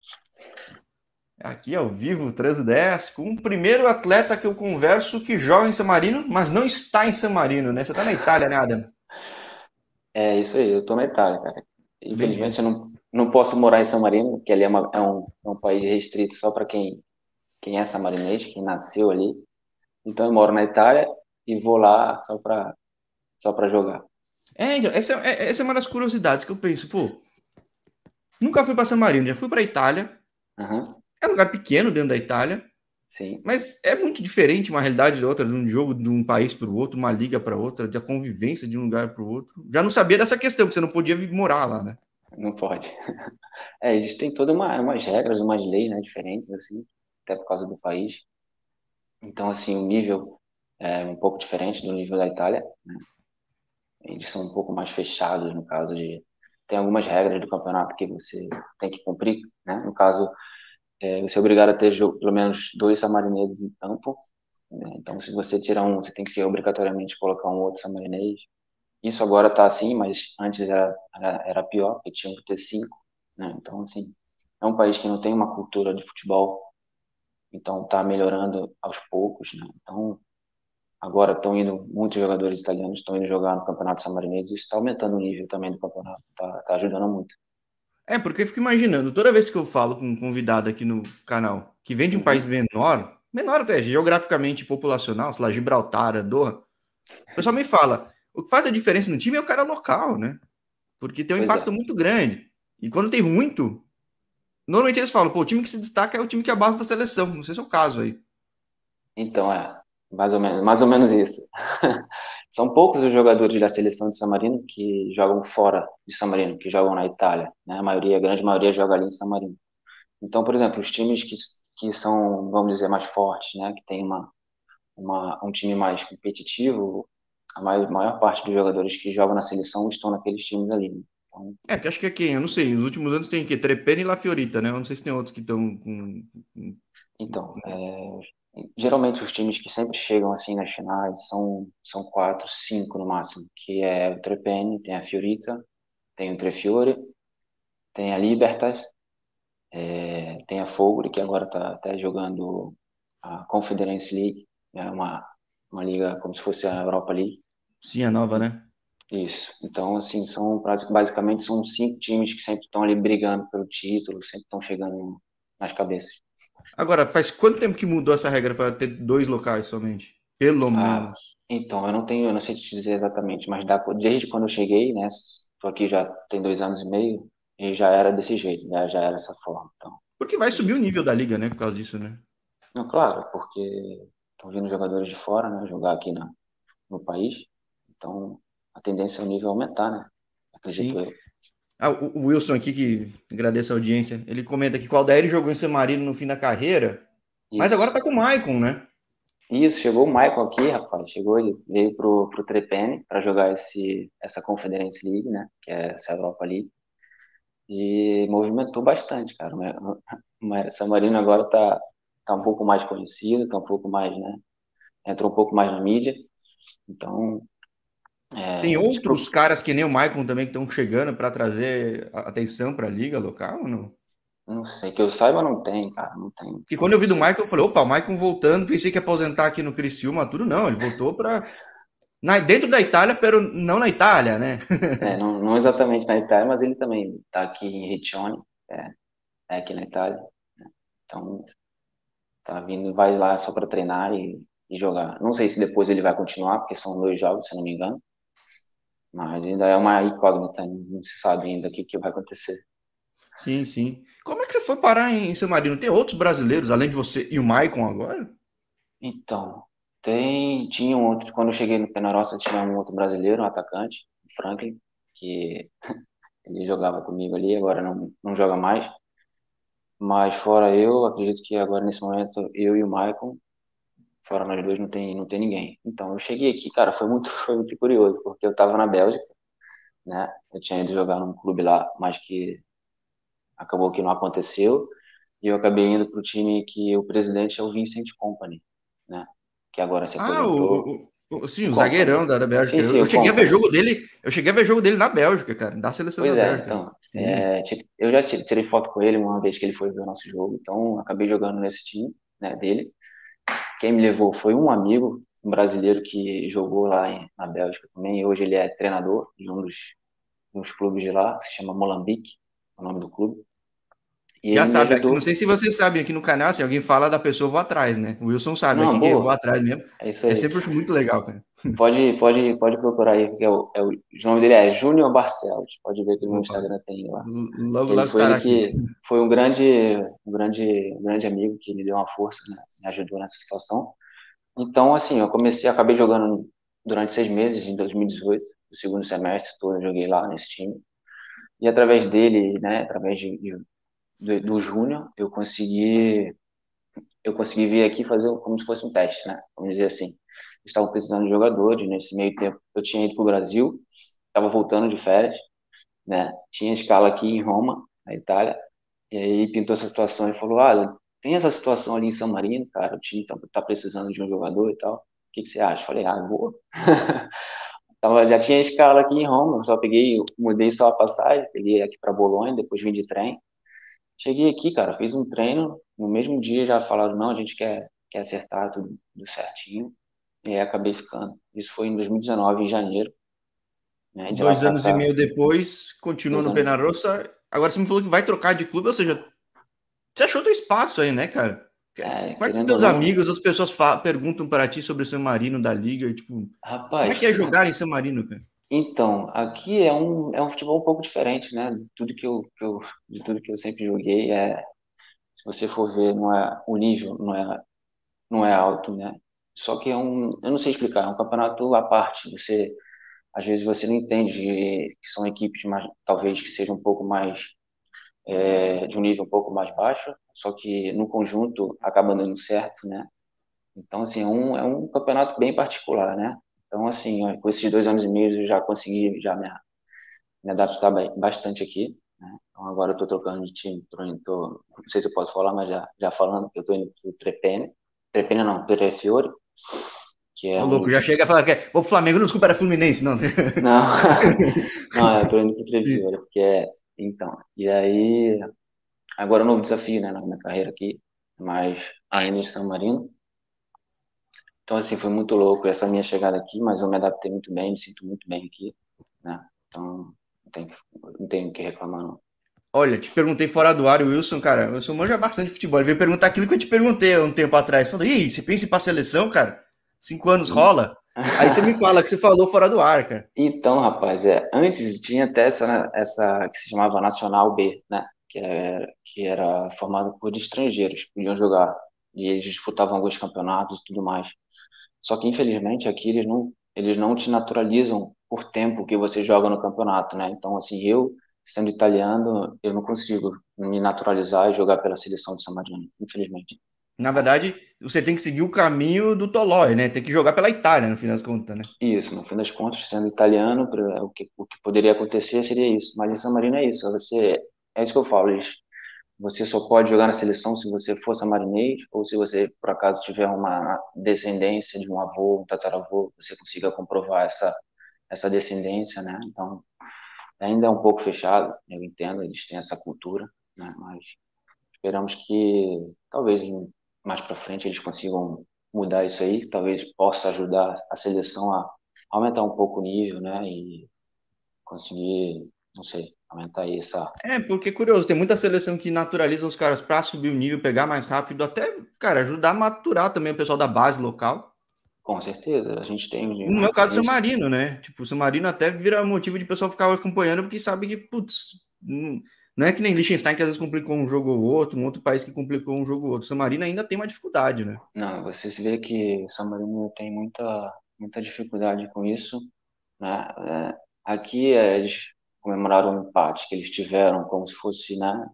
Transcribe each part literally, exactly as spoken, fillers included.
Aqui ao vivo, três dez, com o primeiro atleta que eu converso que joga em San Marino, mas não está em San Marino, né? Você está na Itália, né, Adam? É isso aí, eu tô na Itália, cara. Infelizmente Bem-vindo. eu não, não posso morar em San Marino, porque ali é, uma- é um, é um país restrito só para quem, quem é samarinês, quem nasceu ali. Então eu moro na Itália e vou lá só para só para jogar. É, então, essa é, essa é uma das curiosidades que eu penso, pô, nunca fui para San Marino, já fui para Itália, Aham, é um lugar pequeno dentro da Itália, sim, mas é muito diferente uma realidade da outra, de um jogo de um país para o outro, uma liga para outra, de a convivência de um lugar para o outro. Já não sabia dessa questão, que você não podia vir morar lá, né? não pode. É, eles têm todas uma, umas regras, umas leis, né, diferentes, assim, até por causa do país. Então, assim, o nível é um pouco diferente do nível da Itália. Eles são um pouco mais fechados no caso de tem algumas regras do campeonato que você tem que cumprir, né? No caso, é, você é obrigado a ter jogo, pelo menos dois samarineses em campo, né? Então, se você tirar um, você tem que obrigatoriamente colocar um outro samarinês. Isso agora está assim, mas antes era, era, era pior, porque tinham que ter cinco, né? Então, assim, é um país que não tem uma cultura de futebol, então está melhorando aos poucos, né? Então, agora estão indo, muitos jogadores italianos estão indo jogar no Campeonato Sammarinese, isso está aumentando o nível também do campeonato, tá, tá ajudando muito. É, porque eu fico imaginando, toda vez que eu falo com um convidado aqui no canal que vem de um país Uhum. menor, menor até geograficamente e populacional, sei lá, Gibraltar, Andorra, o pessoal me fala, o que faz a diferença no time é o cara local, né? Porque tem um Pois é. impacto muito grande. E quando tem muito, normalmente eles falam, pô, o time que se destaca é o time que é a base da seleção. Não sei se é o caso aí. Então é, mais ou menos, mais ou menos isso. São poucos os jogadores da seleção de San Marino que jogam fora de San Marino, que jogam na Itália, né? A maioria, a grande maioria joga ali em San Marino. Então, por exemplo, os times que, que são, vamos dizer, mais fortes, né? Que tem uma, uma, um time mais competitivo, a maior, maior parte dos jogadores que jogam na seleção estão naqueles times ali, né? Então, É, porque acho que é quem? Eu não sei. Nos últimos anos tem o quê? Trepena e La Fiorita, né? Eu não sei se tem outros que estão com, com- Então, é, geralmente os times que sempre chegam assim nas finais são, são quatro, cinco no máximo, que é o Trepene, tem a Fiorita, tem o Trefiore, tem a Libertas, é, tem a Fogre, que agora está até jogando a Conference League, é uma, uma liga como se fosse a Europa League. Sim, a nova, né? Isso. Então, assim, são prati- basicamente são cinco times que sempre estão ali brigando pelo título, sempre estão chegando nas cabeças. Agora, faz quanto tempo que mudou essa regra para ter dois locais somente? Pelo Ah, menos. então, eu não tenho, eu não sei te dizer exatamente, mas dá, desde quando eu cheguei, né, tô aqui já tem dois anos e meio, e já era desse jeito, né, já era dessa forma. Então, Porque vai subir o nível da liga, né? Por causa disso, né? não, claro, porque estão vindo jogadores de fora, né, jogar aqui na, no país, então a tendência é o nível aumentar, né, acredito Sim. eu. Ah, o o Wilson aqui, que agradeço a audiência, ele comenta que o Aldair jogou em San Marino no fim da carreira, mas agora Isso. tá com o Maicon, né? Isso, chegou o Michael aqui, rapaz, chegou, ele veio pro, pro Trepene para jogar esse, essa Conference League, né, que é essa Europa League, e movimentou bastante, cara. O Ma- San Marino agora tá, tá um pouco mais conhecido, tá um pouco mais, né? Entrou um pouco mais na mídia. Então, Tem é, eles outros pro- caras que nem o Maicon também que estão chegando para trazer a- atenção para a liga local ou não? não sei, que eu saiba não tem, cara, não tem. Porque quando eu vi do Tipo, Maicon, eu falei, opa, o Maicon voltando, pensei que ia aposentar aqui no Criciúma, tudo não, ele voltou para dentro da Itália, pero não na Itália, né? é, não, não exatamente na Itália, mas ele também tá aqui em Riccione, é, é aqui na Itália. Então, tá vindo, vai lá só para treinar e, e jogar. Não sei se depois ele vai continuar, porque são dois jogos, se eu não me engano, mas ainda é uma incógnita, não se sabe ainda o que, que vai acontecer. Sim, sim. Como é que você foi parar em San Marino? Tem outros brasileiros, além de você e o Maicon agora? Então, tem, tinha um outro, quando eu cheguei no Penarossa, tinha um outro brasileiro, um atacante, o Franklin, que ele jogava comigo ali, agora não, não joga mais. Mas fora eu, acredito que agora nesse momento eu e o Maicon, fora nós dois, não tem, não tem ninguém. Então, eu cheguei aqui, cara, foi muito, foi muito curioso, porque eu tava na Bélgica, né? Eu tinha ido jogar num clube lá, mas que acabou que não aconteceu. E eu acabei indo pro time que o presidente é o Vincent Kompany, né? Que agora se Ah, o, aposentou. Sim, o Como? zagueirão da, da Bélgica. Sim, Eu, sim, eu eu cheguei a ver como. jogo dele, eu cheguei a ver jogo dele na Bélgica, cara, da seleção Pois da é, Bélgica. então, Sim. é, ti- eu já ti- tirei foto com ele uma vez que ele foi ver o nosso jogo, então acabei jogando nesse time, né, dele. Quem me levou foi um amigo, um brasileiro que jogou lá em- na Bélgica também, e hoje ele é treinador de um dos, dos clubes de lá, que se chama Molambique, é o nome do clube. E Já ele me sabe, aqui, não ajudou. sei se vocês sabem aqui no canal, se alguém fala da pessoa, eu vou atrás, né? O Wilson sabe, Não, aqui que eu vou boa, atrás mesmo. é isso É aí. sempre muito legal, cara. Pode, pode, pode procurar aí, porque é o, é o, o nome dele é Júnior Barcelos. Pode ver que no Opa, Instagram tem lá. logo, Ele logo foi ele estará aqui. que foi um grande, um grande, um grande amigo que me deu uma força, né? Me ajudou nessa situação. Então, assim, eu comecei, acabei jogando durante seis meses, em dois mil e dezoito, o segundo semestre todo eu joguei lá nesse time. E através dele, né, através de, de- do, do Júnior, eu consegui, eu consegui vir aqui fazer como se fosse um teste, né? Vamos dizer assim. Estavam precisando de jogadores, nesse meio tempo eu tinha ido para o Brasil, estava voltando de férias, né? Tinha escala aqui em Roma, na Itália, e aí pintou essa situação e falou: "Ah, tem essa situação ali em San Marino, cara, o time tá, tá precisando de um jogador e tal. O que que você acha?" Falei: "Ah, boa." Então, já tinha escala aqui em Roma, eu só peguei, mudei só a passagem, peguei aqui para Bolonha, depois vim de trem. Cheguei aqui, cara, fiz um treino, no mesmo dia já falaram: "Não, a gente quer, quer acertar tudo, tudo certinho." E aí acabei ficando. Isso foi em dois mil e dezenove, em janeiro, né? De lá Dois para anos e cá, meio depois, continua dois no anos. Penarossa. Agora você me falou que vai trocar de clube, ou seja, você achou teu espaço aí, né, cara? É, Como é que querendo ou teus não, amigos, outras pessoas fa- perguntam para ti sobre o San Marino da Liga? E, tipo, como é rapaz, que é jogar em San Marino, cara? então, aqui é um, é um futebol um pouco diferente, né? De tudo que eu, que eu, de tudo que eu sempre joguei, é, se você for ver, não é, o nível não é, não é alto, né? Só que é um, eu não sei explicar, é um campeonato à parte. Você, às vezes você não entende que são equipes mais, talvez que sejam um pouco mais, é, de um nível um pouco mais baixo, só que no conjunto acaba dando certo, né? Então, assim, é um, é um campeonato bem particular, né? Então, assim, ó, com esses dois anos e meio eu já consegui já me me adaptar ba- bastante aqui, né? Então agora eu estou trocando de time, tô indo, tô, não sei se eu posso falar, mas já, já falando, eu estou indo pro Trepene, Trepene não, Trefiore, que é Ô, um louco, dos, já chega a falar que é, vou pro Flamengo, não, desculpa, era Fluminense, não. não, não, eu estou indo pro Trefiore, porque é, então, e aí, agora é um novo desafio, né, na minha carreira aqui, mas ainda em São Marino, então assim, foi muito louco essa minha chegada aqui, mas eu me adaptei muito bem, me sinto muito bem aqui, né, então não tenho, não tenho o que reclamar, não. Olha, te perguntei fora do ar, o Wilson, cara, o Wilson manja bastante de futebol. Ele veio perguntar aquilo que eu te perguntei há um tempo atrás. Falou, ih, você pensa em ir pra seleção, cara? Cinco anos E, rola? Aí você me fala que você falou fora do ar, cara. Então, rapaz, é, antes tinha até essa, né, essa que se chamava Nacional B, né? Que era, que era formada por estrangeiros, que podiam jogar. E eles disputavam alguns campeonatos e tudo mais. Só que, infelizmente, aqui eles não, eles não te naturalizam por tempo que você joga no campeonato, né? Então, assim, eu, sendo italiano, eu não consigo me naturalizar e jogar pela seleção de San Marino, infelizmente. Na verdade, você tem que seguir o caminho do Tolói, né? Tem que jogar pela Itália, no fim das contas, né? Isso, no fim das contas, sendo italiano, pra- o que, o que poderia acontecer seria isso. Mas em San Marino é isso. Você, é isso que eu falo. Eles, você só pode jogar na seleção se você for samarinês ou se você, por acaso, tiver uma descendência de um avô, um tataravô, você consiga comprovar essa, essa descendência, né? Então, ainda é um pouco fechado, eu entendo, eles têm essa cultura, né? Mas esperamos que talvez em- mais para frente eles consigam mudar isso aí, talvez possa ajudar a seleção a aumentar um pouco o nível, né? E conseguir, não sei, aumentar aí essa. É, porque é curioso, tem muita seleção que naturaliza os caras pra subir o nível, pegar mais rápido, até, cara, ajudar a maturar também o pessoal da base local. Com certeza, a gente tem, No meu a caso, São gente, Marino, né? Tipo, o São Marino até vira motivo de pessoal ficar acompanhando, porque sabe que, putz, não, não é que nem Liechtenstein que às vezes complicou um jogo ou outro, um outro país que complicou um jogo ou outro. São Marino ainda tem uma dificuldade, né? não, você se vê que o San Marino tem muita, muita dificuldade com isso, né? É, aqui é, eles comemoraram um empate que eles tiveram como se fosse, né?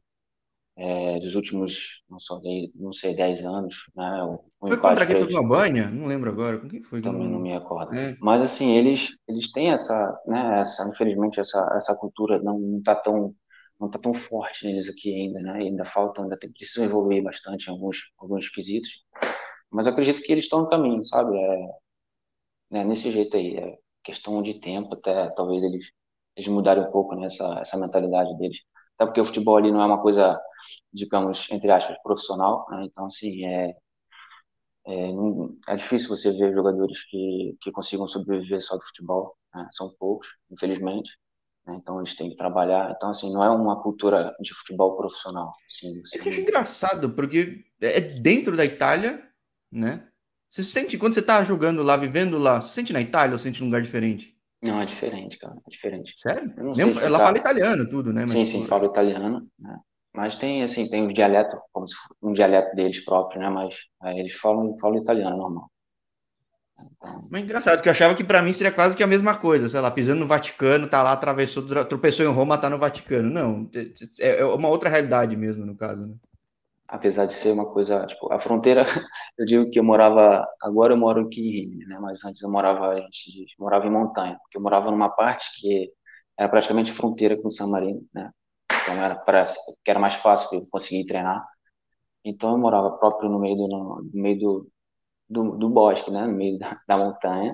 É, dos últimos, não sei, não sei, dez anos, né? O, o Foi contra empate quem? para Foi com eles a Albânia? Não lembro agora. Com quem foi? também não Não... me recordo. É. Mas assim, eles eles têm essa, né, essa, infelizmente essa essa cultura não não tá tão não tá tão forte neles aqui ainda, né? Ainda falta, ainda tem, precisam evoluir bastante em alguns alguns quesitos. Mas eu acredito que eles estão no caminho, sabe? É, né, nesse jeito aí, é questão de tempo até talvez eles, eles mudarem um pouco nessa essa mentalidade deles. Até porque o futebol ali não é uma coisa, digamos, entre aspas, profissional, né? Então, assim, é, é, não- é difícil você ver jogadores que, que consigam sobreviver só do futebol, né? São poucos, infelizmente, né? Então, eles têm que trabalhar. Então, assim, não é uma cultura de futebol profissional. Assim, É você isso que eu acho não, engraçado, porque é dentro da Itália, né? Você sente, quando você tá jogando lá, vivendo lá, você sente na Itália ou sente num lugar diferente? não, é diferente, cara, é diferente. Sério? Eu não sei Mesmo, ela fala explicar. italiano, tudo, né? Mas, Sim, sim, tipo, falo italiano, né? Mas tem, assim, tem um dialeto, como se fosse um dialeto deles próprio, né? Mas aí eles falam, falam italiano normal. Então, mas é engraçado, que eu achava que pra mim seria quase que a mesma coisa, sei lá, pisando no Vaticano, tá lá, atravessou, tro- tropeçou em Roma, tá no Vaticano. Não, é é uma outra realidade mesmo, no caso, né? apesar de ser uma coisa, tipo, a fronteira, eu digo que eu morava, agora eu moro aqui em Rio, né? Mas antes eu morava, a gente morava em montanha, porque eu morava numa parte que era praticamente fronteira com San Marino, né? Então era parece que era mais fácil eu conseguir treinar. Então eu morava próprio no meio do, no, meio do, do, do bosque, né? No meio da, da montanha.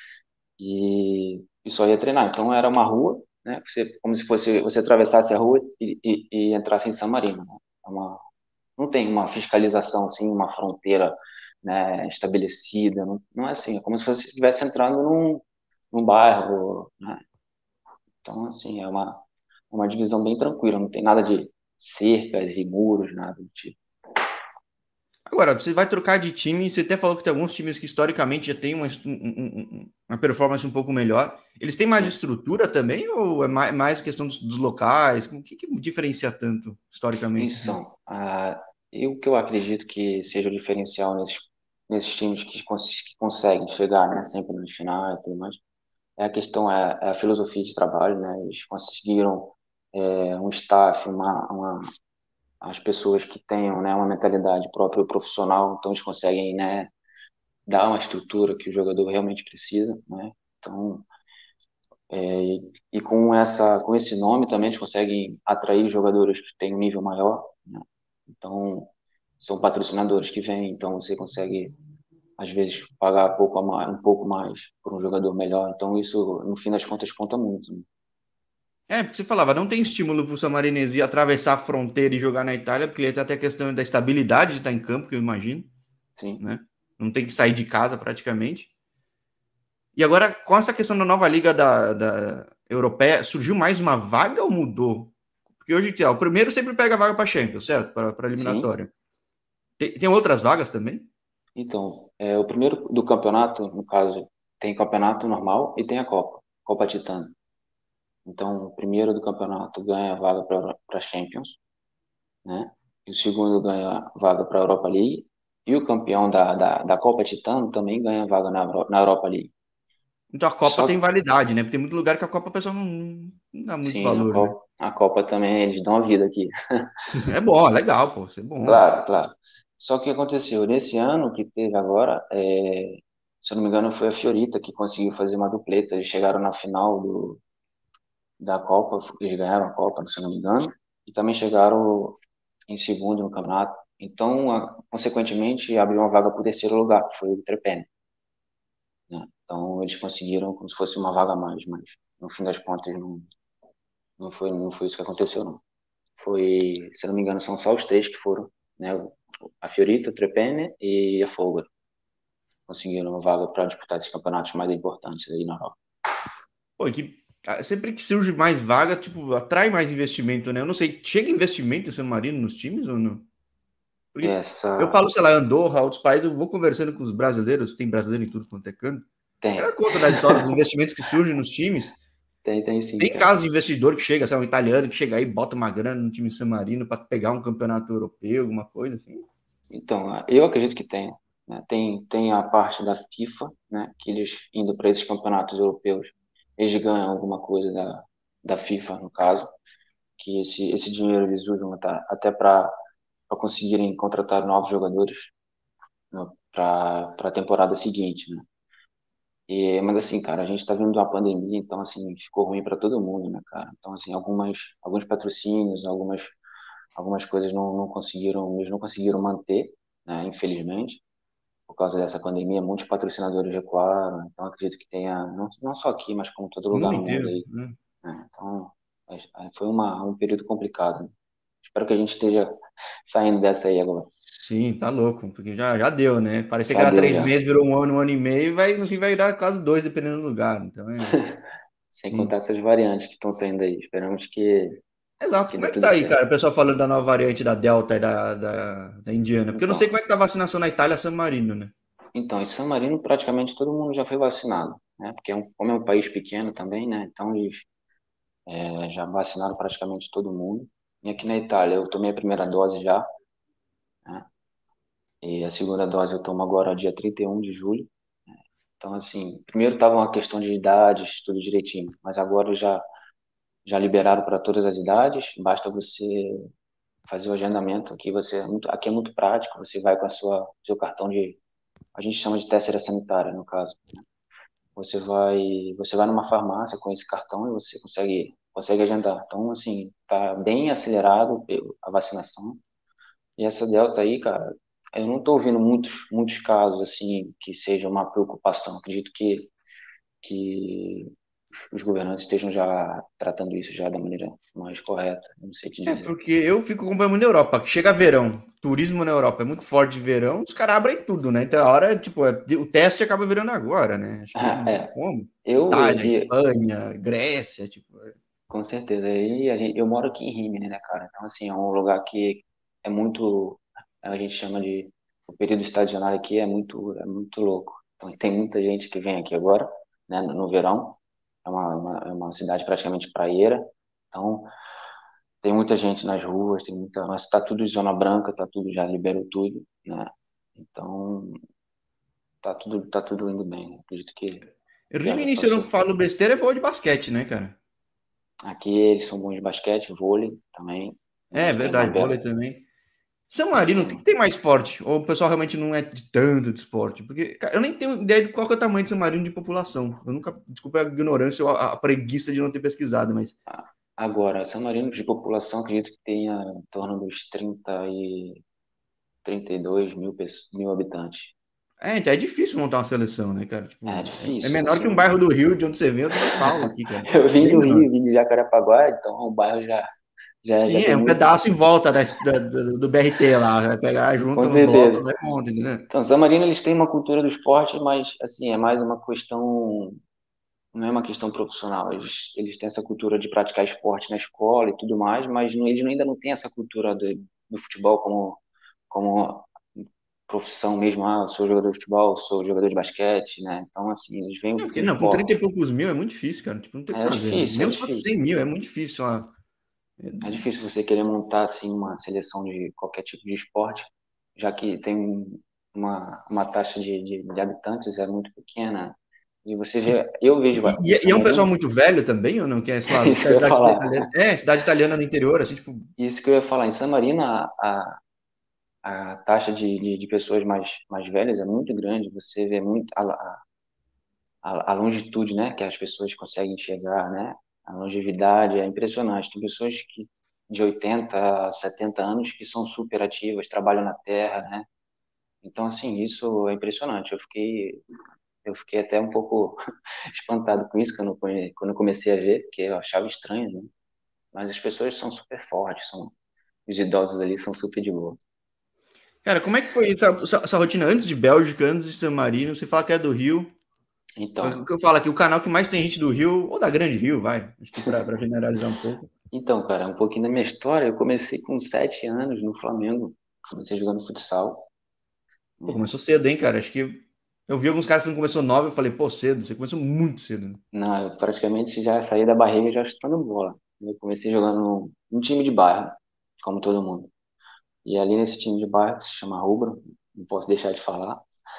e, e só ia treinar. Então era uma rua, né? Você, como se fosse você atravessasse a rua e, e, e entrasse em San Marino, né? É uma, não tem uma fiscalização assim, uma fronteira, né, estabelecida, não, não é assim, é como se você estivesse entrando num, num bairro, né? Então assim é uma uma divisão bem tranquila, não tem nada de cercas e muros, nada do tipo. Agora, você vai trocar de time, você até falou que tem alguns times que historicamente já têm uma, um- um- um- uma performance um pouco melhor. Eles têm mais Sim. estrutura também, ou é mais, mais questão dos, dos locais? O que, que diferencia tanto, historicamente, assim? Isso, ah, e o que eu acredito que seja o diferencial nesses, nesses times que, cons que conseguem chegar, né, sempre nas finais e tudo mais, é a questão, é, é a filosofia de trabalho, né, eles conseguiram é, um staff, uma, uma, as pessoas que tenham, né, uma mentalidade própria profissional, então eles conseguem, né, dar uma estrutura que o jogador realmente precisa, né, então, é, e, e com essa, com esse nome também eles conseguem atrair jogadores que têm um nível maior, né, então são patrocinadores que vêm, então você consegue às vezes pagar pouco a mais, um pouco mais por um jogador melhor. Então isso, no fim das contas, conta muito, né? É, porque você falava, não tem estímulo para o Samarinesi atravessar a fronteira e jogar na Itália, porque ele tem até a questão da estabilidade de estar em campo, que eu imagino, Sim. né? Não tem que sair de casa praticamente. E agora, com essa questão da nova liga da, da europeia, surgiu mais uma vaga ou mudou? Porque hoje, ó, o primeiro sempre pega a vaga para Champions, certo? Para a Sim. eliminatória. Tem, tem outras vagas também? Então, é, o primeiro do campeonato, no caso, tem campeonato normal e tem a Copa, Copa Titã. Então, o primeiro do campeonato ganha a vaga para Champions, né? E o segundo ganha a vaga para a Europa League. E o campeão da, da, da Copa Titã também ganha vaga na, Euro- na Europa League. Então a Copa Só tem que, validade, né? Porque tem muito lugar que a Copa a pessoa não, não dá muito sim, a valor, né? Copa, a Copa também eles dão a vida aqui. É bom, é legal, pô, isso é bom. Claro, claro. Só que o que aconteceu? Nesse ano que teve agora, é, se eu não me engano, foi a Fiorita que conseguiu fazer uma dupleta. Eles chegaram na final do, da Copa, eles ganharam a Copa, se eu não me engano, e também chegaram em segundo no campeonato. Então, a- consequentemente, abriu uma vaga para o terceiro lugar, que foi o Trepene, né? Então, eles conseguiram como se fosse uma vaga a mais, mas no fim das contas não, não foi, não foi isso que aconteceu, não. Foi, se eu não me engano, são só os três que foram, né? A Fiorita, o Trepene e a Folga. Conseguiram uma vaga para disputar esses campeonatos mais importantes aí na Europa. Pô, que ah, sempre que surge mais vaga, tipo, atrai mais investimento, né? Eu não sei, chega investimento em San Marino nos times ou não? Porque eu Essa falo, sei lá, Andorra, outros países, eu vou conversando com os brasileiros, tem brasileiro em tudo quanto é canto. Os tem, caras contam da história dos investimentos que surgem nos times. tem, tem sim, Tem cara. casos de investidor que chega, sei lá, um italiano que chega aí e bota uma grana no time San Marino para pegar um campeonato europeu, alguma coisa assim. Então, eu acredito que tem, né? Tem, tem a parte da FIFA, né? Que eles indo para esses campeonatos europeus, eles ganham alguma coisa da, da FIFA, no caso, que esse, esse dinheiro eles usam até, até para conseguirem contratar novos jogadores, né? Para a temporada seguinte, né? E, mas assim, cara, a gente está vindo de uma pandemia, então assim, ficou ruim para todo mundo, né, cara? Então assim, algumas alguns patrocínios, algumas algumas coisas não, não conseguiram, eles não conseguiram manter, né, infelizmente, por causa dessa pandemia, muitos patrocinadores recuaram, então acredito que tenha, não, não só aqui, mas como todo No lugar mundo no mundo inteiro, aí, né? né? Então, é- é- foi uma, um período complicado, né? Espero que a gente esteja saindo dessa aí agora. Sim, tá louco, porque já, já deu, né? Parecia que Já era deu, três já. meses, virou um ano, um ano e meio, e vai, no fim vai dar quase dois, dependendo do lugar. Então, é, Sem sim. contar essas variantes que estão saindo aí. Esperamos que, Exato. que Como dê é que tudo tá aí, certo. cara? O pessoal falando da nova variante da Delta e da, da, da Indiana. Porque eu não sei Então, como é que tá a vacinação na Itália, San Marino, né? então, em San Marino praticamente todo mundo já foi vacinado, né? Porque é um, como é um país pequeno também, né? Então eles é, já vacinaram praticamente todo mundo. E aqui na Itália eu tomei a primeira dose já, né? E a segunda dose eu tomo agora dia trinta e um de julho. Então, assim, primeiro estava uma questão de idades, tudo direitinho, mas agora já, já liberaram para todas as idades, basta você fazer o agendamento. Aqui, você, é muito- aqui é muito prático, você vai com a sua, seu cartão de, a gente chama de tessera sanitária, no caso. Você vai, você vai numa farmácia com esse cartão e você consegue, consegue agendar. Então, assim, tá bem acelerado a vacinação. E essa Delta aí, cara, eu não tô ouvindo muitos, muitos casos, assim, que seja uma preocupação. Acredito que, que os governantes estejam já tratando isso já da maneira mais correta. Eu não sei te É, dizer. porque eu fico acompanhando muito na Europa. Que chega verão, turismo na Europa é muito forte de verão, os caras abrem tudo, né? Então a hora, tipo, é- o teste acaba virando agora, né? Acho que Ah, não tem é, como. eu vejo Itália, que, Espanha, Grécia, tipo. é- com certeza, aí a gente, eu moro aqui em Rimini, né, cara? Então, assim, é um lugar que é muito, a gente chama de, o período estacionário aqui é muito, é muito louco. Então, tem muita gente que vem aqui agora, né, no, no verão. É uma, uma, é uma cidade praticamente praieira. Então, tem muita gente nas ruas, tem muita, mas tá tudo em zona branca, tá tudo, já liberou tudo, né? Então, tá tudo, tá tudo indo bem, né? Acredito que já, já Rimini, se eu não passou. falo besteira, é boa de basquete, né, cara? Aqui eles são bons de basquete, vôlei também. É Acho que é uma verdade, vôlei bela. também. São É, Marino, tem tem, que ter mais esporte? Ou o pessoal realmente não é de tanto de esporte? Porque, cara, eu nem tenho ideia de qual que é o tamanho de São Marino de população. Eu nunca, desculpa a ignorância ou a, a preguiça de não ter pesquisado, mas. a- agora, São Marino de população, acredito que tenha em torno dos trinta e trinta e dois mil, pessoas, mil habitantes. É, então é difícil montar uma seleção, né, cara? É Tipo, é, é difícil, menor você que um não. bairro do Rio, de onde você vem, ou de São Paulo aqui, cara. Eu vim Bem do menor. Rio, vim de Jacarepaguá, então o bairro já, já, já Sim, tem é um muito. pedaço em volta da, da- do, do B R T lá. Vai pegar, junta Com uns blocos, certeza. vai monte, entendeu? Então, São Marino, eles têm uma cultura do esporte, mas, assim, é mais uma questão, não é uma questão profissional. Eles, eles têm essa cultura de praticar esporte na escola e tudo mais, mas não, eles ainda não têm essa cultura do, do futebol como, como profissão mesmo. Ah, eu sou jogador de futebol, sou jogador de basquete, né? Então, assim, eles Não, vêm do porque, não, com trinta esporte. e poucos mil é muito difícil, cara. Tipo, não tem o que É fazer, né? difícil, é Mesmo se fosse difícil. cem mil, é muito difícil. Ó. É difícil você querer montar, assim, uma seleção de qualquer tipo de esporte, já que tem uma, uma taxa de, de, de habitantes é muito pequena. E você vê, eu vejo E, em e- San e é um pessoal Marino, muito velho também, ou não? Que é, sei lá, isso que eu ia cidade falar. italiana. É, cidade italiana no interior, assim, tipo. Isso que eu ia falar. Em San Marino, a, a, a taxa de, de, de pessoas mais, mais velhas é muito grande. Você vê muito a, a, a longitude, né, que as pessoas conseguem chegar, né? A longevidade é impressionante. Tem pessoas que de oitenta a setenta anos que são super ativas, trabalham na terra, né? Então, assim, isso é impressionante. Eu fiquei, eu fiquei até um pouco espantado com isso, quando, eu- quando eu comecei a ver, porque eu achava estranho, né? Mas as pessoas são super fortes, são, os idosos ali são super de boa. Cara, como é que foi essa, essa- essa rotina antes de Bélgica, antes de San Marino? Você fala que é do Rio. O Então, que eu falo aqui, o canal que mais tem gente do Rio, ou da Grande Rio, vai. Acho que para generalizar um pouco. então, cara, um pouquinho da minha história. Eu comecei com sete anos no Flamengo. Comecei jogando futsal, Pô, né? começou cedo, hein, cara? Acho que eu vi alguns caras falando que começou nove, eu falei, pô, cedo, você começou muito cedo, né? Não, eu praticamente já saí da barriga já chutando bola. Eu comecei jogando num, num time de bairro, como todo mundo. E ali nesse time de bairro, que se chama Rubro, não posso deixar de falar,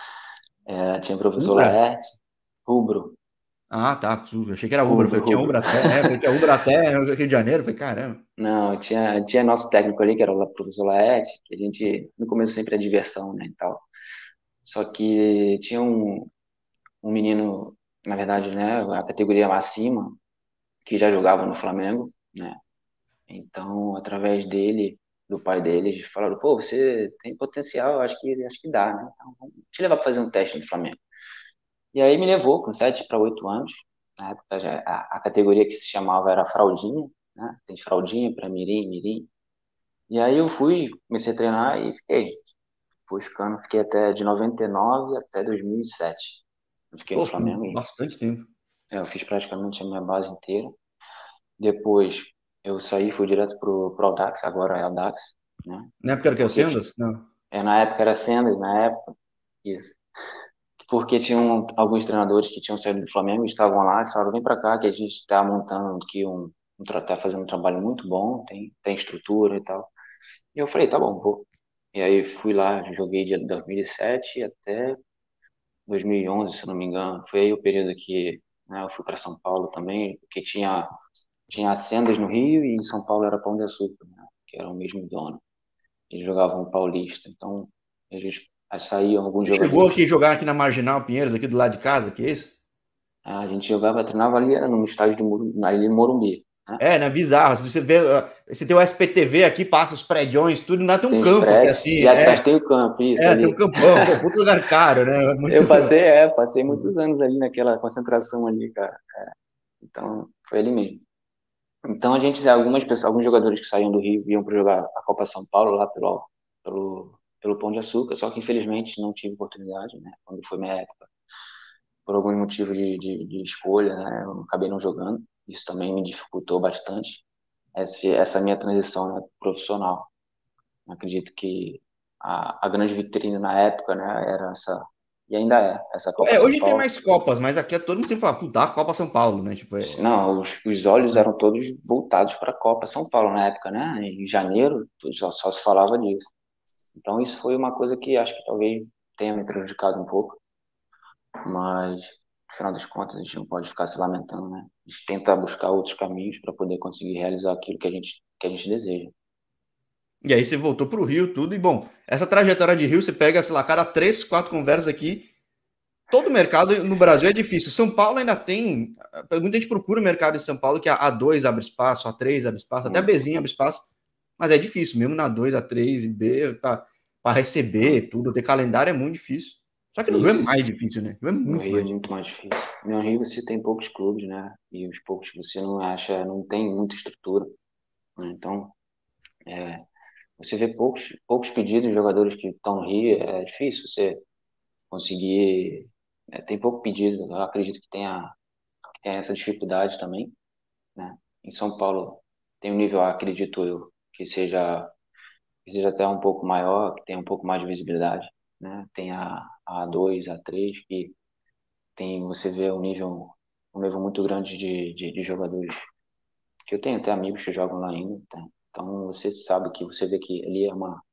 é, tinha o professor Ubra? Laerte, Rubro, Ah, tá. Eu achei que era Ubra. Eu Rubro, falei, tinha Rubro. Ubra até. É, eu falei, tinha Ubra até Rio de Janeiro. Eu falei, caramba. Não, tinha, tinha nosso técnico ali, que era o professor Laerte, que a gente, no começo sempre é diversão, né, e tal. Só que tinha um, um menino, na verdade, né, a categoria acima, que já jogava no Flamengo, né? Então, através dele, do pai dele, eles falaram, pô, você tem potencial, acho que acho que dá, né? Então, te levar para fazer um teste no Flamengo. E aí me levou com sete para oito anos. Na época já, a, a categoria que se chamava era fraldinha, né? Tem de fraldinha para mirim, mirim. E aí eu fui, comecei a treinar e fiquei. Fui ficando, fiquei até de noventa e nove até dois mil e sete. Eu fiquei no Pô, Flamengo e bastante tempo. é, eu fiz praticamente a minha base inteira. Depois eu saí, fui direto pro, pro Audax, agora é Audax, né? Na época era que é o Porque Sendas? Não. é, na época era Sendas, na época, isso. Porque tinham alguns treinadores que tinham saído do Flamengo e estavam lá e falaram, vem pra cá que a gente está montando aqui um, um tra- tá fazendo um trabalho muito bom, tem, tem estrutura e tal. E eu falei, tá bom, vou. E aí fui lá, joguei de dois mil e sete até dois mil e onze, se não me engano. Foi aí o período que, né, eu fui para São Paulo também, porque tinha tinha Sendas no Rio e em São Paulo era Pão de Açúcar, né, que era o mesmo dono. Eles jogavam Paulista, então eles aí saíam alguns Você chegou jogadores. aqui a jogar aqui na Marginal Pinheiros, aqui do lado de casa, que é isso? A gente jogava, treinava ali, era no estádio de Morumbi, ali no Morumbi, né? É, né? Bizarro. Se você vê, uh, você tem o S P T V aqui, passa os prédios, tudo, lá tem um Tem os campo aqui prédios assim, e atrás é, tem o campo, isso é, tem um ali. campão, pô, puto lugar caro, né? Muito. Eu passei, é, passei muitos anos ali naquela concentração ali, cara. Então, foi ali mesmo. Então a gente, algumas pessoas, alguns jogadores que saíam do Rio iam para jogar a Copa São Paulo lá pelo, pelo, pelo Pão de Açúcar, só que infelizmente não tive oportunidade, né? Quando foi minha época, por algum motivo de, de, de escolha, né? Eu acabei não jogando. Isso também me dificultou bastante essa, essa minha transição, né, profissional. Eu acredito que a, a grande vitrine na época, né, era essa, e ainda é, essa Copa É, São hoje tem Paulo. mais Copas, mas aqui é todo mundo sempre fala, puta, a Copa São Paulo, né? Tipo, é, Não, os, os olhos eram todos voltados para a Copa São Paulo na época, né? Em janeiro só, só se falava disso. Então isso foi uma coisa que acho que talvez tenha me prejudicado um pouco, mas no final das contas a gente não pode ficar se lamentando, né? A gente tenta buscar outros caminhos para poder conseguir realizar aquilo que a gente que a gente deseja. e aí você voltou pro Rio, tudo, e bom, essa trajetória de Rio, você pega, sei lá, cada três, quatro conversas aqui, todo mercado no Brasil é difícil. São Paulo ainda tem. Muita gente procura o mercado em São Paulo, que a A dois abre espaço, A três abre espaço, até a Muito. Bzinha abre espaço. Mas é difícil, mesmo na dois, A três e B, para receber tudo, ter calendário é muito difícil. Só que no Rio é Isso. mais difícil, né? No Rio é No muito Rio é mais muito difícil. mais difícil. No Rio você tem poucos clubes, né? E os poucos que você não acha, não tem muita estrutura, né? Então, é, você vê poucos, poucos pedidos de jogadores que estão no Rio, é difícil você conseguir. É, tem pouco pedido, eu acredito que tenha, que tenha essa dificuldade também, né? Em São Paulo tem um nível, acredito eu, que seja, que seja até um pouco maior, que tenha um pouco mais de visibilidade, né? Tem a a dois, a três que tem, você vê um nível, um nível muito grande de, de, de jogadores, que eu tenho até amigos que jogam lá ainda, tá? Então você sabe que você vê que ali é uma,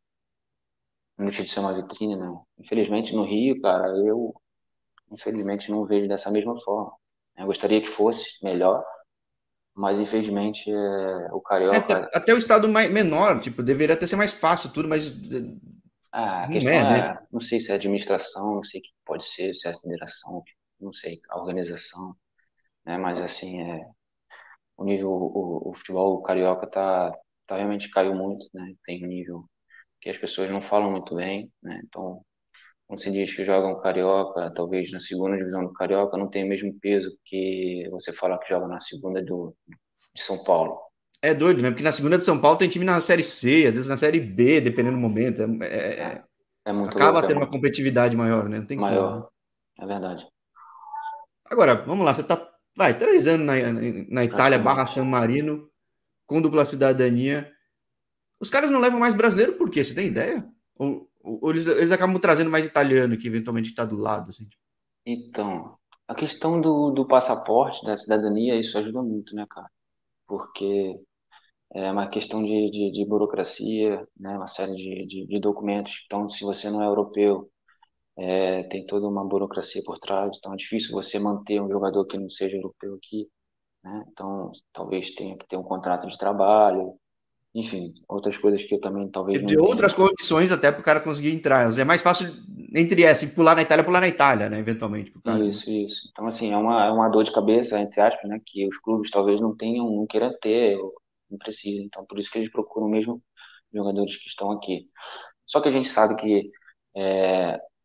não deixa de ser uma vitrine, né? Infelizmente no Rio, cara, eu infelizmente não vejo dessa mesma forma. Eu gostaria que fosse melhor, mas infelizmente é, o É, até, Carioca, até o estado mais, menor, tipo, deveria até ser mais fácil tudo, mas eh, ah, a não questão é, né? é, não sei se é administração, não sei o que pode ser, se é a federação, não sei, a organização, né? Mas assim, é, o nível, o, o futebol carioca tá, tá realmente caiu muito, né? Tem um nível que as pessoas não falam muito bem, né? Então, quando se diz que jogam carioca, talvez na segunda divisão do carioca não tem o mesmo peso que você falar que joga na segunda do, de São Paulo. É doido, né? Porque na segunda de São Paulo tem time na Série C, às vezes na Série B, dependendo do momento. É, é- É, é- é muito acaba louco, é tendo uma muito competitividade maior, né? Não tem como, né? maior, é verdade, Agora, vamos lá, você tá, vai, três anos na, na Itália, barra praticamente. San Marino, com dupla cidadania. Os caras não levam mais brasileiro por quê? Você tem ideia? Ou, ou eles, eles acabam trazendo mais italiano, que eventualmente está do lado, assim. Então, a questão do, do passaporte, da cidadania, isso ajuda muito, né, cara? Porque é uma questão de, de, de burocracia, né? Uma série de, de, de documentos. Então, se você não é europeu, é, tem toda uma burocracia por trás. Então, é difícil você manter um jogador que não seja europeu aqui, né? Então, talvez tenha que ter um contrato de trabalho, enfim, outras coisas que eu também talvez Deve não ter outras entenda. condições até para o cara conseguir entrar. É mais fácil entre essa, e pular na Itália, pular na Itália, né? Eventualmente, pro cara, né? Isso, isso. Então, assim, é uma, é uma dor de cabeça, entre aspas, né? Que os clubes talvez não tenham, não queiram ter, ou não precisem. Então, por isso que eles procuram mesmo jogadores que estão aqui. Só que a gente sabe que é,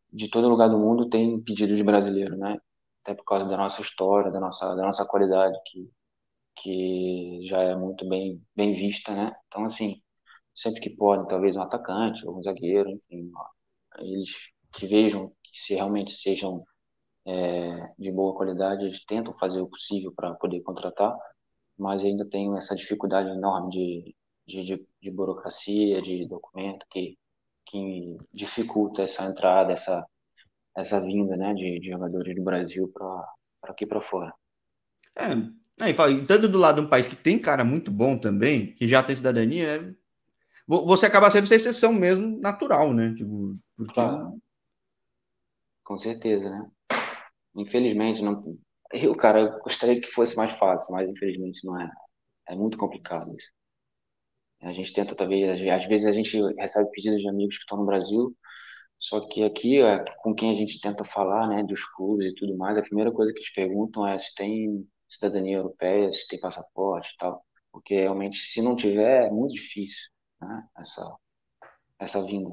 de todo lugar do mundo tem pedido de brasileiro, né? Até por causa da nossa história, da nossa, da nossa qualidade, que, que já é muito bem, bem vista, né? Então, assim, sempre que podem, talvez um atacante ou um zagueiro, enfim, ó, eles que vejam que se realmente sejam é, de boa qualidade, eles tentam fazer o possível para poder contratar, mas ainda tem essa dificuldade enorme de, de, de, de burocracia, de documento, que, que dificulta essa entrada, essa, essa vinda, né, de, de jogadores do Brasil para aqui para fora. É, aí fala, e tanto do lado de um país que tem cara muito bom também, que já tem cidadania, é, você acaba sendo essa exceção mesmo natural, né? Tipo, porque Claro, com certeza, né? Infelizmente, não, eu, cara, gostaria que fosse mais fácil, mas infelizmente não é. É muito complicado isso. A gente tenta, talvez, às vezes a gente recebe pedidos de amigos que estão no Brasil. Só que aqui, é, com quem a gente tenta falar, né, dos clubes e tudo mais, a primeira coisa que eles perguntam é se tem cidadania europeia, se tem passaporte e tal. Porque realmente, se não tiver, é muito difícil, né, essa, essa vinda.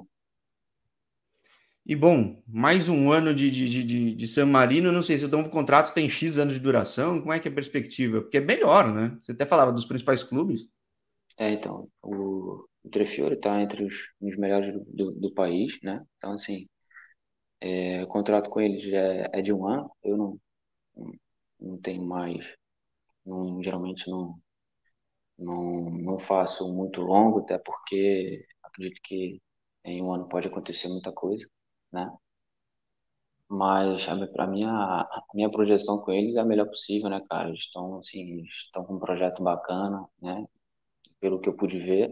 E bom, mais um ano de, de, de, de San Marino, não sei se o novo contrato tem X anos de duração, como é que é a perspectiva? Porque é melhor, né? Você até falava dos principais clubes. É, então, o, o Trefiore está entre os, os melhores do, do, do país, né? Então, assim, é, o contrato com eles é, é de um ano, eu não, não, não tenho mais, não, geralmente não, não, não faço muito longo, até porque acredito que em um ano pode acontecer muita coisa, né? Mas a, mi- a minha, a minha projeção com eles é a melhor possível, né, cara? Eles estão, assim, estão com um projeto bacana, né? Pelo que eu pude ver.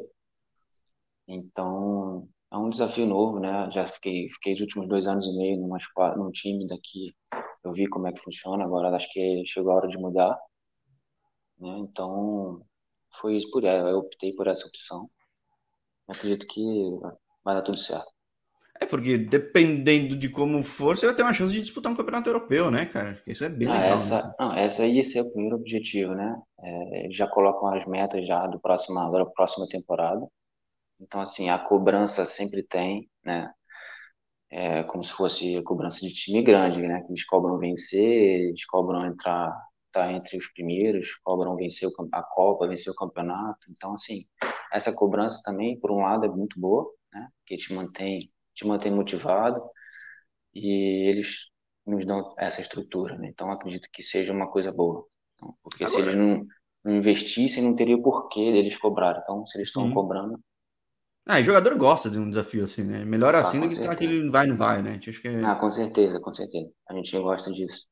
Então, é um desafio novo, né? Já fiquei, fiquei os últimos dois anos e meio numa, esqua- num time daqui. Eu vi como é que funciona, agora acho que chegou a hora de mudar, né? Então, foi isso por ela. Eu optei por essa opção. Acredito que vai dar tudo certo. É porque dependendo de como for, você vai ter uma chance de disputar um campeonato europeu, né, cara? Porque isso é bem Ah, legal, né? essa, não, essa ia ser o primeiro objetivo, né? É, eles já colocam as metas já do próximo, agora próxima temporada. Então, assim, a cobrança sempre tem, né? É como se fosse a cobrança de time grande, né? Que eles cobram vencer, eles cobram entrar, tá entre os primeiros, cobram vencer o cam- a Copa, vencer o campeonato. Então, assim, essa cobrança também, por um lado, é muito boa, né? Que te mantém, te mantém motivado e eles nos dão essa estrutura, né? Então, acredito que seja uma coisa boa. Então, porque se eles Agora, não, não investissem, não teria o porquê deles cobrarem. Então, se eles estão sim. cobrando, Ah, e jogador gosta de um desafio assim, né? Melhor ah, assim do com que tá certeza. aquele vai, não vai, né? Acho que Ah, é com certeza, com certeza. A gente gosta disso.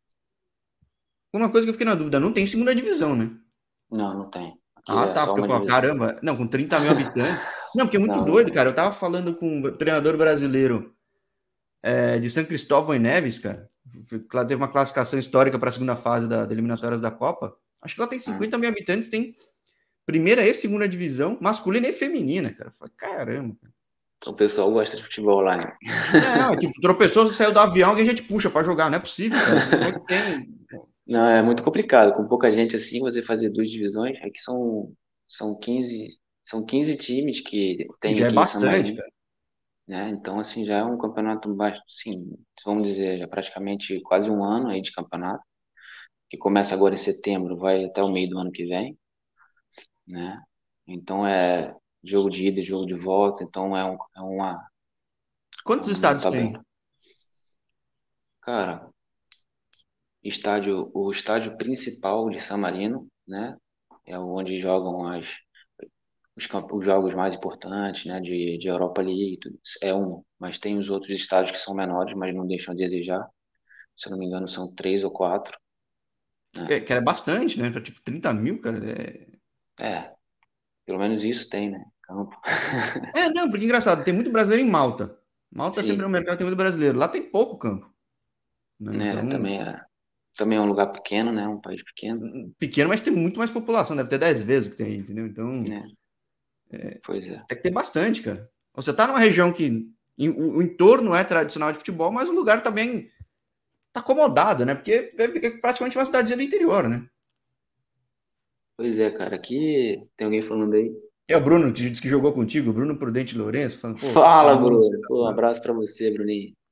uma coisa que eu fiquei na dúvida, não tem segunda divisão, né? Não, não tem. Aqui Ah, é tá, só porque eu uma falo, divisão. caramba, não, com trinta mil habitantes. Não, porque é muito Não, não doido, tem. cara. Eu tava falando com um treinador brasileiro é, de São Cristóvão e Neves, cara. Ela teve uma classificação histórica para a segunda fase da, da eliminatórias da Copa. Acho que ela tem Ah, cinquenta mil habitantes, tem primeira e segunda divisão, masculina e feminina, cara. Eu falei, caramba. o pessoal gosta de futebol lá, né? Não, é tipo, tropeçou, você saiu do avião, alguém já te puxa para jogar. Não é possível, cara. Como é que tem? Não, é muito complicado. Com pouca gente assim, você fazer duas divisões, aqui são, são quinze são quinze times que tem Já é aqui em San bastante, Marino, cara. né? Então, assim, já é um campeonato, ba- assim, vamos dizer, já praticamente quase um ano aí de campeonato, que começa agora em setembro, vai até o meio do ano que vem, né? Então, é jogo de ida, e jogo de volta, então é, um, é uma, é Quantos uma estados tabela. tem? Cara, estádio, o estádio principal de San Marino, né? É onde jogam as, os, camp- os jogos mais importantes, né? De, de Europa League, tudo isso. É um, mas tem os outros estádios que são menores, mas não deixam a desejar. Se eu não me engano, são três ou quatro, né? Que, que era bastante, né? Pra, tipo, trinta mil, cara. É... É, pelo menos isso tem, né? Campo. é, não, porque engraçado, tem muito brasileiro em Malta. Malta sempre é um Sim, mercado que tem muito brasileiro. Lá tem pouco campo, né? né? Então, Também é, também é um lugar pequeno, né? Um país pequeno, pequeno, mas tem muito mais população, deve ter dez vezes que tem, entendeu? Então, né? Pois é. tem que ter bastante, cara. Você tá numa região que em- o, o entorno é tradicional de futebol, mas o lugar também tá acomodado, né? Porque é é praticamente uma cidadezinha do interior, né? Pois é, cara. Aqui tem alguém falando aí. É o Bruno que disse que jogou contigo, o Bruno Prudente Lourenço, falando, pô, Fala, falando, Bruno. Pô, um abraço pra você, Bruninho.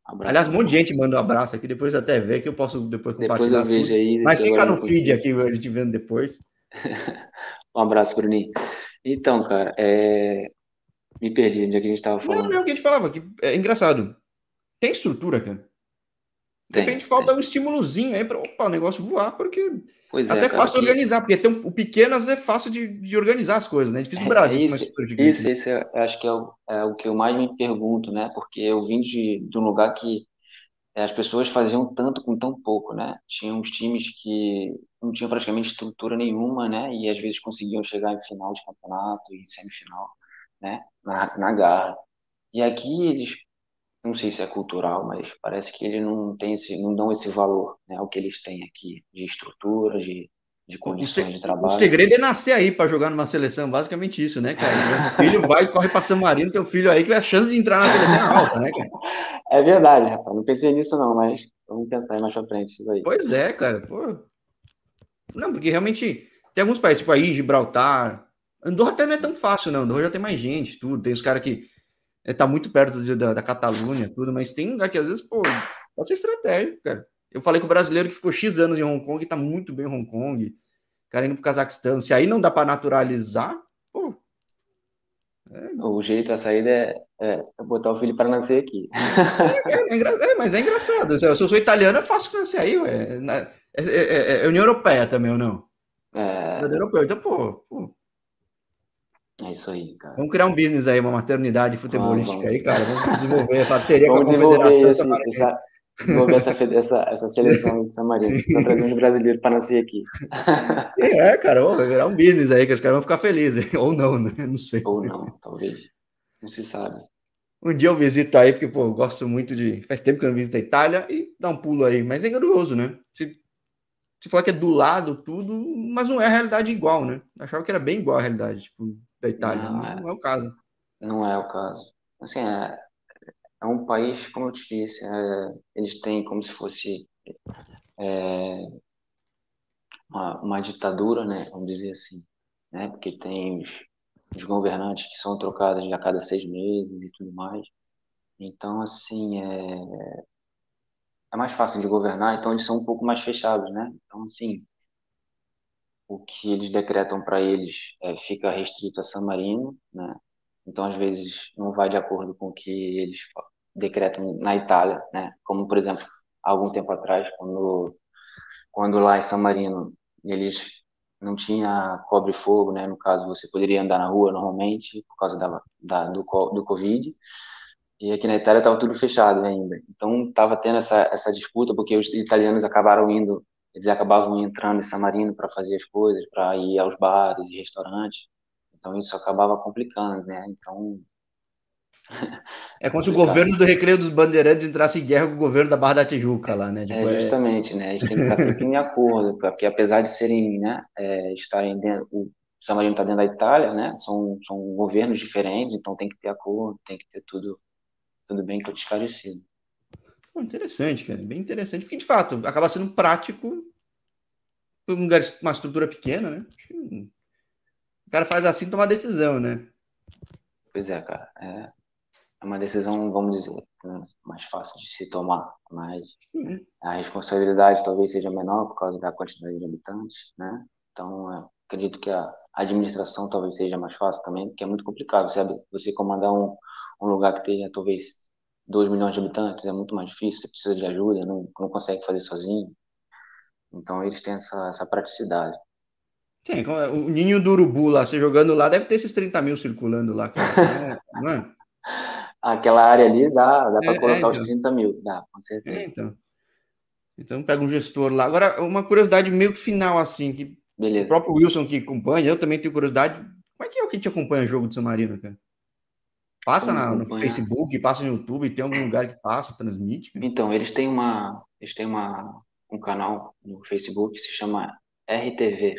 Abraço, Aliás, um meu monte de irmão. gente manda um abraço aqui, depois eu até ver que eu posso depois Depois eu compartilhar vejo tudo. aí Mas se eu fica olho no no feed consigo. aqui, a gente vendo depois. Um abraço, Bruninho. Então, cara, é... me perdi onde é que a gente tava Não, falando. não, que a gente falava, que é engraçado. Tem estrutura, cara. De repente Tem, falta tem. um estimulozinho aí para o negócio voar, porque Pois é é, até cara, fácil aqui organizar, porque tem um, o pequeno às vezes é fácil de, de organizar as coisas, né? É difícil no é, é Brasil com uma isso, estrutura gigante, isso, né? esse é, eu acho que é o, é o que eu mais me pergunto, né? Porque eu vim de, de um lugar que é, as pessoas faziam tanto com tão pouco, né? Tinha uns times que não tinham praticamente estrutura nenhuma, né? E às vezes conseguiam chegar em final de campeonato e semifinal, né? Na, na garra. E aqui eles, não sei se é cultural, mas parece que eles não têm esse, não dão esse valor, né? Ao que eles têm aqui de estrutura, de, de O, o, condições se- de o trabalho. segredo é nascer aí para jogar numa seleção, basicamente isso, né, cara? Se tiver um filho, vai, corre para San Marino, teu filho aí, que a chance de entrar na seleção é alta, né, cara? É verdade, rapaz. Não pensei nisso não, mas vamos pensar aí mais pra frente isso aí. Pois é, cara. Pô. Não, porque realmente tem alguns países, tipo aí, Gibraltar. Andorra até não é tão fácil, não. Andorra já tem mais gente, tudo. Tem os caras que é, tá muito perto de- da, da Catalunha, tudo, mas tem lugar que às vezes, pô, pode ser estratégico, cara. Eu falei com o brasileiro que ficou X anos em Hong Kong e tá muito bem em Hong Kong, cara indo pro Cazaquistão. Se aí não dá para naturalizar, pô, O jeito, a saída é, é botar o filho para nascer aqui. é, é, engra- é, mas é engraçado. Se eu, se eu sou italiano, é fácil nascer aí, ué. Na- é, é, é, é União Europeia também, ou não? É, Cidadão europeu. Então, pô, pô, é isso aí, cara. vamos criar um business aí, uma maternidade Vamos, futebolística vamos. aí, cara. Vamos desenvolver parceria com a Vamos desenvolver Confederação esse, Samarinense. essa, desenvolver essa, fe- essa, essa seleção aí de San Marino. Precisa trazer uns brasileiros para nascer aqui. É, cara, ó, vai virar um business aí, que os caras vão ficar felizes. Ou não, né? Não sei. Ou não, talvez. Não se sabe. Um dia eu visito aí, porque, pô, eu gosto muito de. Faz tempo que eu não visito a Itália e dá um pulo aí. Mas é curioso, né? Se, se falar que é do lado, tudo, mas não é a realidade igual, né? Eu achava que era bem igual a realidade, tipo, da Itália. Não, Não, é, não é o caso. não é o caso. Assim, é, é um país, como eu te disse, é, eles têm como se fosse uma, uma ditadura, né? Vamos dizer assim, né? Porque tem os, os governantes que são trocados a cada seis meses e tudo mais. Então, assim, é, é mais fácil de governar, então eles são um pouco mais fechados, né? Então, assim, o que eles decretam para eles é, fica restrito a San Marino, né? Então, às vezes, não vai de acordo com o que eles fa- decretam na Itália, né? Como, por exemplo, há algum tempo atrás, quando, quando lá em San Marino eles não tinha cobre-fogo, né? No caso, você poderia andar na rua normalmente por causa da, da, do, co- do Covid, e aqui na Itália estava tudo fechado ainda. Então estava tendo essa, essa disputa, porque os italianos acabaram indo, eles acabavam entrando em San Marino para fazer as coisas, para ir aos bares e restaurantes. Então isso acabava complicando, né? Então, É como se o complicado. governo do Recreio dos Bandeirantes entrasse em guerra com o governo da Barra da Tijuca lá, né? É Tipo, é. justamente, né? Eles têm que estar sempre em acordo, porque apesar de serem, né, é, estarem dentro, o San Marino está dentro da Itália, né? São, são governos diferentes, então tem que ter acordo, tem que ter tudo, tudo bem esclarecido. Pô, interessante, cara. Bem interessante. Porque, de fato, acaba sendo prático um lugar, uma estrutura pequena, né? Acho que o cara faz assim, toma decisão, né? Pois é, cara. É, é uma decisão, vamos dizer, né, mais fácil de se tomar, mas Sim. a responsabilidade talvez seja menor por causa da quantidade de habitantes, né? Então, é, acredito que a administração talvez seja mais fácil também, porque é muito complicado, sabe? Você comandar um, um lugar que tenha talvez dois milhões de habitantes é muito mais difícil, você precisa de ajuda, não, não consegue fazer sozinho. Então, eles têm essa, essa praticidade. Tem, o ninho do urubu lá, você jogando lá, deve ter esses trinta mil circulando lá, cara. Então é, não é? Aquela área ali dá, dá para É, é, colocar os então. trinta mil, dá, com É, certeza. então. Então pega um gestor lá. Agora, uma curiosidade meio que final, assim, que o Beleza. próprio Wilson que acompanha, eu também tenho curiosidade. Como é que é o que te acompanha o jogo do São Marino, cara? Passa Como na- no acompanhar? Facebook, passa no YouTube, tem algum lugar que passa, transmite, cara? Então, eles têm uma, eles têm uma, um canal no Facebook que se chama R T V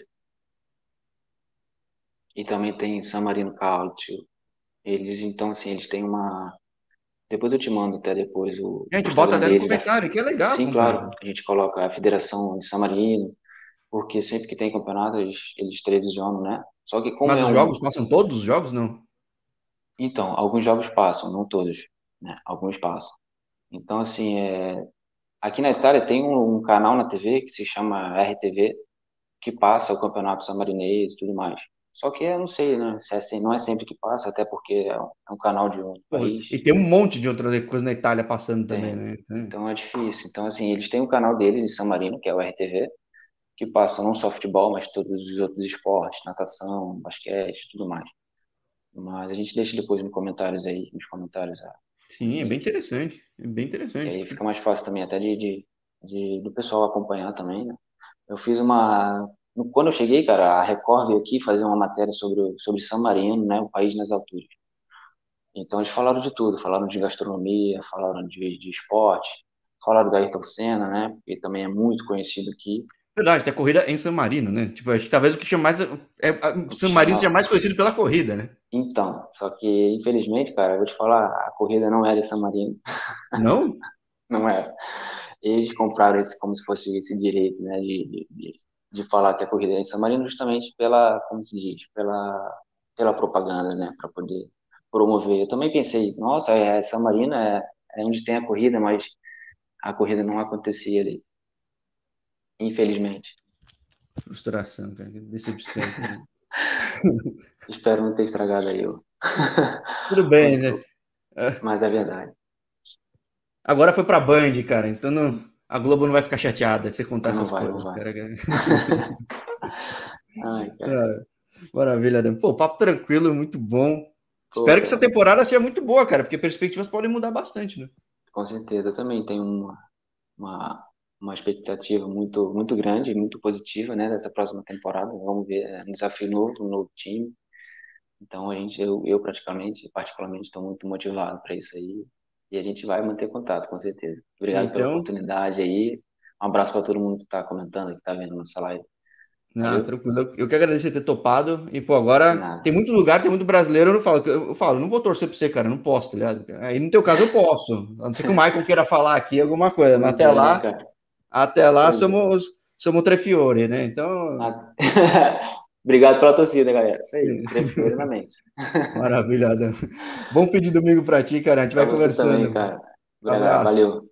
e também tem San Marino Cálcio. Eles, então, assim, eles têm uma. Depois eu te mando até depois o, A o gente bota Instagram até no deles. A- comentário, que é legal Sim, acompanhar. claro, a gente coloca a Federação de San Marino, porque sempre que tem campeonato eles, eles televisionam, né? Só que como Mas é os um. jogos, passam todos os jogos, não? Então, alguns jogos passam, não todos, né? Alguns passam. Então, assim, é, aqui na Itália tem um, um canal na T V que se chama R T V, que passa o campeonato sammarinês e tudo mais. Só que eu não sei, né, se é assim, não é sempre que passa, até porque é um, é um canal de um Pô, país, e tem um monte de outra coisa na Itália passando também, tem. né? Então, Então é difícil. Então, assim, eles têm um canal deles de San Marino, que é o R T V, que passa não só futebol, mas todos os outros esportes, natação, basquete, tudo mais. Mas a gente deixa depois nos comentários aí, nos comentários a- o sim, é bem link, interessante. É bem que interessante. aí Porque, fica mais fácil também até de, de, de- do pessoal acompanhar também, né? Eu fiz uma. Quando eu cheguei, cara, a Record veio aqui fazer uma matéria sobre, o- sobre San Marino, né? O país nas alturas. Então eles falaram de tudo, falaram de gastronomia, falaram de, de esporte, falaram do Ayrton Senna, né? Porque também é muito conhecido aqui. verdade, tem a corrida em San Marino, né? Tipo, acho que talvez o que chama mais. É, é- O que San Marino seja chama. mais conhecido pela corrida, né? Então, só que infelizmente, cara, eu vou te falar, a corrida não era em San Marino, Não? não era. Eles compraram esse como se fosse esse direito, né? De, de, de, de falar que a corrida era em San Marino justamente pela, como se diz, pela, pela propaganda, né? Para poder promover. Eu também pensei, nossa, é, San Marino é, é onde tem a corrida, mas a corrida não acontecia ali, infelizmente. Frustração, cara. Que decepção, cara. Espero não ter estragado aí, o- Tudo bem, o- né? o- mas é verdade. Agora foi pra Band, cara. Então não- a Globo não vai ficar chateada de você contar Não essas vai, não coisas, vai. cara. Ai, cara. Ah, maravilha, Adam. Pô, papo tranquilo, muito bom. Pô, Espero que essa cara, temporada seja muito boa, cara, porque perspectivas podem mudar bastante, né? com certeza. Eu também tenho uma, uma, uma expectativa muito, muito grande, muito positiva, né, dessa próxima temporada. Vamos ver, é um desafio novo, um novo time. Então a gente, eu, eu praticamente, particularmente, estou muito motivado para isso aí. E a gente vai manter contato, com certeza. Obrigado pela Então, oportunidade aí. Um abraço para todo mundo que está comentando, que está vendo nossa live. ah, Valeu? tranquilo. Eu eu que agradecer ter topado. E, pô, De agora tem nada. muito lugar, tem muito brasileiro. Eu não falo, eu falo, não vou torcer pra você, cara. Não posso, tá ligado? Aí no teu caso eu posso. A não ser que o Michael queira falar aqui alguma coisa. Mas Pois até é, né, lá, cara? até lá Pois é. somos, somos Trefiore, né? Então, Ah, obrigado pela torcida, galera. Isso aí. Trefiore na mente. maravilha, Adam. Bom fim de domingo pra ti, cara. A gente Para vai você também, conversando. cara. Abraço. Valeu.